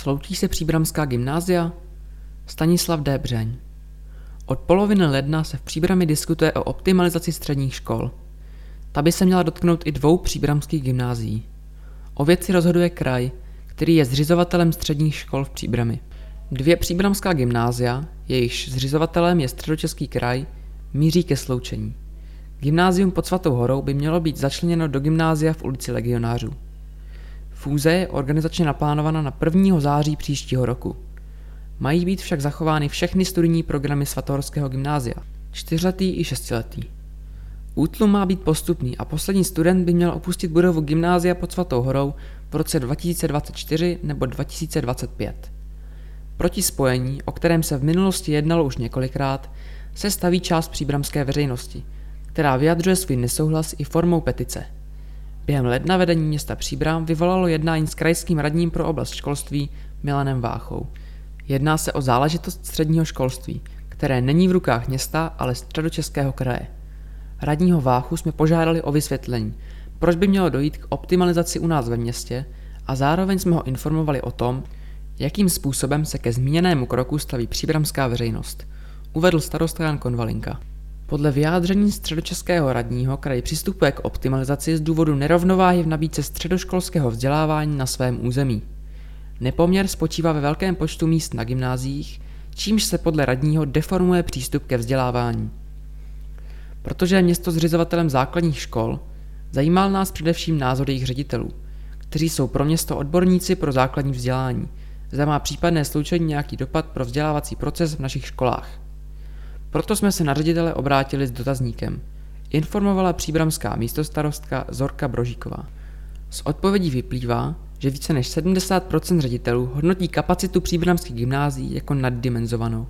Sloučí se příbramská gymnázia? Stanislav D. Břeň. Od poloviny ledna se v Příbrami diskutuje o optimalizaci středních škol. Ta by se měla dotknout i 2 příbramských gymnázií. O věci rozhoduje kraj, který je zřizovatelem středních škol v Příbrami. 2 příbramská gymnázia, jejichž zřizovatelem je Středočeský kraj, míří ke sloučení. Gymnázium pod Svatou Horou by mělo být začleněno do gymnázia v ulici Legionářů. Fúze je organizačně naplánována na 1. září příštího roku. Mají být však zachovány všechny studijní programy Svatohorského gymnázia, 4letý i 6letý. Útlum má být postupný a poslední student by měl opustit budovu gymnázia pod Svatou Horou v roce 2024 nebo 2025. Proti spojení, o kterém se v minulosti jednalo už několikrát, se staví část příbramské veřejnosti, která vyjadřuje svůj nesouhlas i formou petice. Během ledna vedení města Příbram vyvolalo jednání s krajským radním pro oblast školství Milanem Váchou. Jedná se o záležitost středního školství, které není v rukách města, ale Středočeského kraje. Radního Váchu jsme požádali o vysvětlení, proč by mělo dojít k optimalizaci u nás ve městě, a zároveň jsme ho informovali o tom, jakým způsobem se ke zmíněnému kroku staví příbramská veřejnost, uvedl starosta Jan Konvalinka. Podle vyjádření středočeského radního kraj přistupuje k optimalizaci z důvodu nerovnováhy v nabídce středoškolského vzdělávání na svém území. Nepoměr spočívá ve velkém počtu míst na gymnáziích, čímž se podle radního deformuje přístup ke vzdělávání. Protože je město zřizovatelem základních škol, zajímal nás především názor jejich ředitelů, kteří jsou pro město odborníci pro základní vzdělání, zda má případné sloučení nějaký dopad pro vzdělávací proces v našich školách. Proto jsme se na ředitele obrátili s dotazníkem, informovala příbramská místostarostka Zorka Brožíková. Z odpovědí vyplývá, že více než 70% ředitelů hodnotí kapacitu příbramských gymnázií jako naddimenzovanou.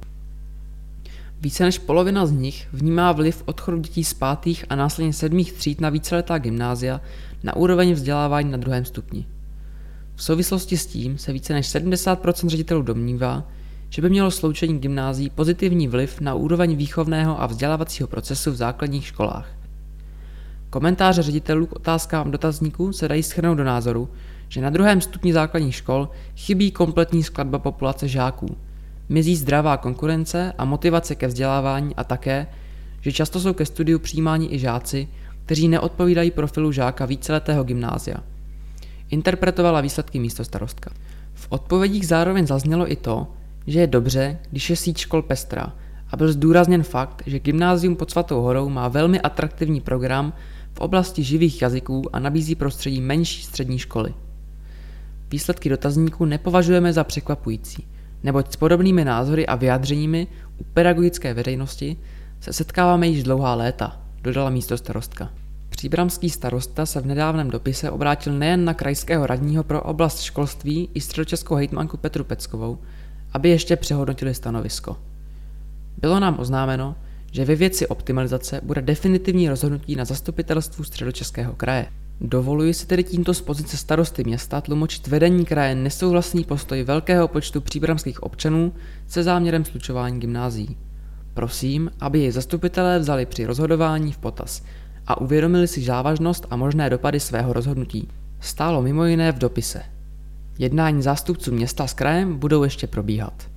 Více než polovina z nich vnímá vliv odchodu dětí z 5. a následně 7. tříd na víceletá gymnázia na úroveň vzdělávání na 2. stupni. V souvislosti s tím se více než 70% ředitelů domnívá, že by mělo sloučení gymnázií pozitivní vliv na úroveň výchovného a vzdělávacího procesu v základních školách. Komentáře ředitelů k otázkám dotazníků se dají shrnout do názoru, že na 2. stupni základních škol chybí kompletní skladba populace žáků, mizí zdravá konkurence a motivace ke vzdělávání a také, že často jsou ke studiu přijímáni i žáci, kteří neodpovídají profilu žáka víceletého gymnázia. Interpretovala výsledky místostarostka. V odpovědích zároveň zaznělo i to, že je dobře, když je síť škol pestrá, a byl zdůrazněn fakt, že gymnázium pod Svatou Horou má velmi atraktivní program v oblasti živých jazyků a nabízí prostředí menší střední školy. Výsledky dotazníků nepovažujeme za překvapující, neboť s podobnými názory a vyjádřeními u pedagogické veřejnosti se setkáváme již dlouhá léta, dodala místostarostka. Příbramský starosta se v nedávném dopise obrátil nejen na krajského radního pro oblast školství i středočeskou hejtmanku Petru Peckovou, aby ještě přehodnotili stanovisko. Bylo nám oznámeno, že ve věci optimalizace bude definitivní rozhodnutí na zastupitelstvu Středočeského kraje. Dovoluji si tedy tímto z pozice starosty města tlumočit vedení kraje nesouhlasný postoj velkého počtu příbramských občanů se záměrem slučování gymnázií. Prosím, aby jej zastupitelé vzali při rozhodování v potaz a uvědomili si závažnost a možné dopady svého rozhodnutí. Stálo mimo jiné v dopise. Jednání zástupců města s krajem budou ještě probíhat.